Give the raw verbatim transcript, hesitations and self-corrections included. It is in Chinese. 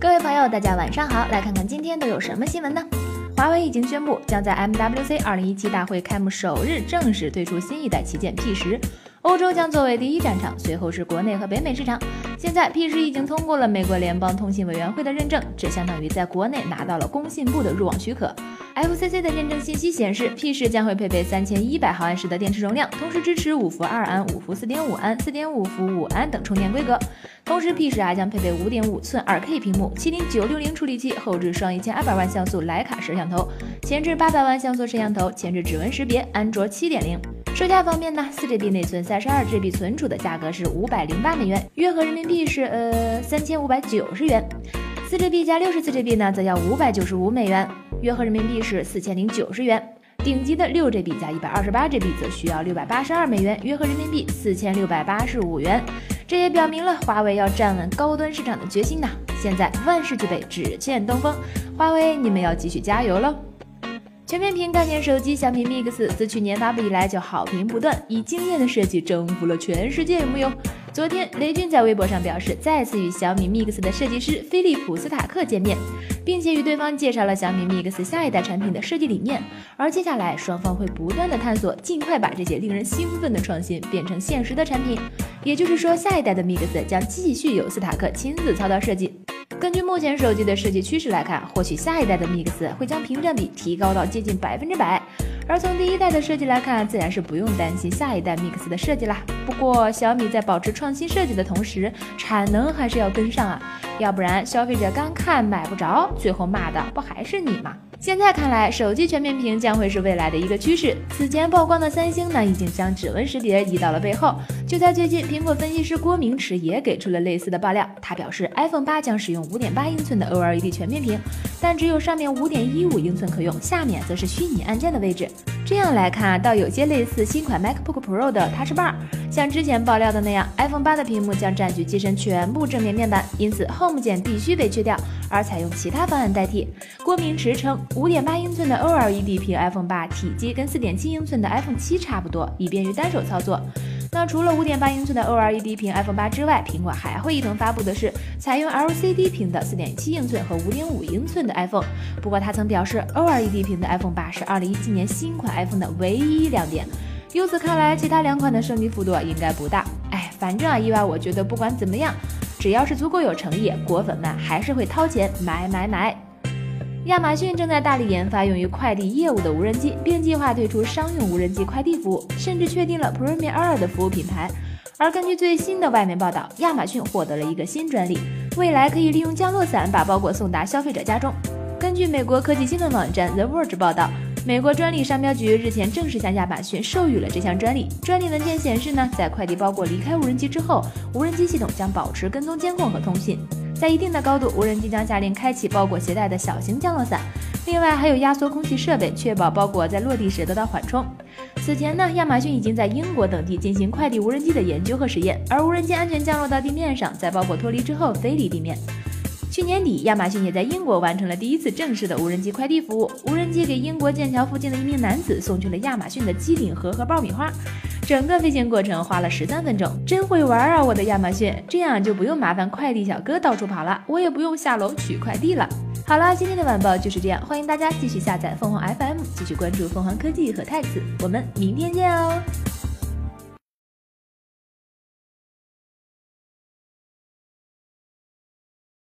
各位朋友，大家晚上好，来看看今天都有什么新闻呢？华为已经宣布将在 M W C 二零一七大会开幕首日正式推出新一代旗舰 P 十，欧洲将作为第一战场，随后是国内和北美市场。现在 P 十已经通过了美国联邦通信委员会的认证，这相当于在国内拿到了工信部的入网许可。F C C 的认证信息显示 ，P 十将会配备三千一百毫安时的电池容量，同时支持五伏二安、五伏四点五安、四点五伏五安等充电规格。同时 ，P 十还将配备五点五寸 二K 屏幕、麒麟九六零处理器，后置双一千二百万像素徕卡摄像头，前置八百万像素摄像头，前置指纹识别，安卓 七点零。售价方面呢 ，四 G B 内存、三十二 G B 存储的价格是五百零八美元，约合人民币是呃三千五百九十元。四 G B 加六十四 G B 呢，则要五百九十五美元，约合人民币是四千零九十元。顶级的六 G B 加一百二十八 G B 则需要六百八十二美元，约合人民币四千六百八十五元。这也表明了华为要站稳高端市场的决心呐！现在万事俱备，只欠东风，华为你们要继续加油喽！全面屏概念手机小米 Mix 自去年发布以来就好评不断，以惊艳的设计征服了全世界，有木有？昨天雷军在微博上表示，再次与小米 Mix 的设计师菲利普斯塔克见面，并且与对方介绍了小米 Mix 下一代产品的设计理念。而接下来双方会不断的探索，尽快把这些令人兴奋的创新变成现实的产品。也就是说，下一代的 Mix 将继续由斯塔克亲自操刀设计。根据目前手机的设计趋势来看，或许下一代的 Mix 会将屏占比提高到接近百分之百。而从第一代的设计来看，自然是不用担心下一代 Mix 的设计啦。不过小米在保持创新设计的同时，产能还是要跟上啊，要不然消费者刚看买不着，最后骂的不还是你吗？现在看来，手机全面屏将会是未来的一个趋势。此前曝光的三星呢，已经将指纹识别移到了背后。就在最近，苹果分析师郭明池也给出了类似的爆料。他表示 ，iPhone 八将使用 五点八英寸的 O L E D 全面屏，但只有上面 五点一五英寸可用，下面则是虚拟按键的位置。这样来看，倒有些类似新款 MacBook Pro 的 Touch Bar。像之前爆料的那样 ，iPhone 八的屏幕将占据机身全部正面面板，因此 Home 键必须被去掉，而采用其他方案代替。郭明池称 ，五点八英寸的 O L E D 屏 iPhone 八体积跟 四点七英寸的 iPhone 七差不多，以便于单手操作。那除了 五点八英寸的 O L E D 屏 iPhone 八之外，苹果还会一同发布的是采用 L C D 屏的 四点七英寸和 五点五英寸的 iPhone。不过他曾表示 ，O L E D 屏的 iPhone 八是二零一七年新款 iPhone 的唯一亮点。由此看来，其他两款的升级幅度应该不大。哎，反正啊，意外我觉得不管怎么样，只要是足够有诚意，果粉们还是会掏钱买买买。亚马逊正在大力研发用于快递业务的无人机，并计划推出商用无人机快递服务，甚至确定了 Premier 二的服务品牌。而根据最新的外媒报道，亚马逊获得了一个新专利，未来可以利用降落伞把包裹送达消费者家中。根据美国科技新闻网站 The Verge 报道，美国专利商标局日前正式向亚马逊授予了这项专利。专利文件显示呢，在快递包裹离开无人机之后，无人机系统将保持跟踪监控和通信。在一定的高度，无人机将下令开启包裹携带的小型降落伞。另外还有压缩空气设备，确保包裹在落地时得到缓冲。此前呢，亚马逊已经在英国等地进行快递无人机的研究和实验，而无人机安全降落到地面上，在包裹脱离之后飞离地面。去年底，亚马逊也在英国完成了第一次正式的无人机快递服务。无人机给英国剑桥附近的一名男子送去了亚马逊的鸡顶盒和爆米花，整个飞行过程花了十三分钟。真会玩啊，我的亚马逊！这样就不用麻烦快递小哥到处跑了，我也不用下楼取快递了。好了，今天的晚报就是这样，欢迎大家继续下载凤凰 F M， 继续关注凤凰科技和 Tax， 我们明天见哦。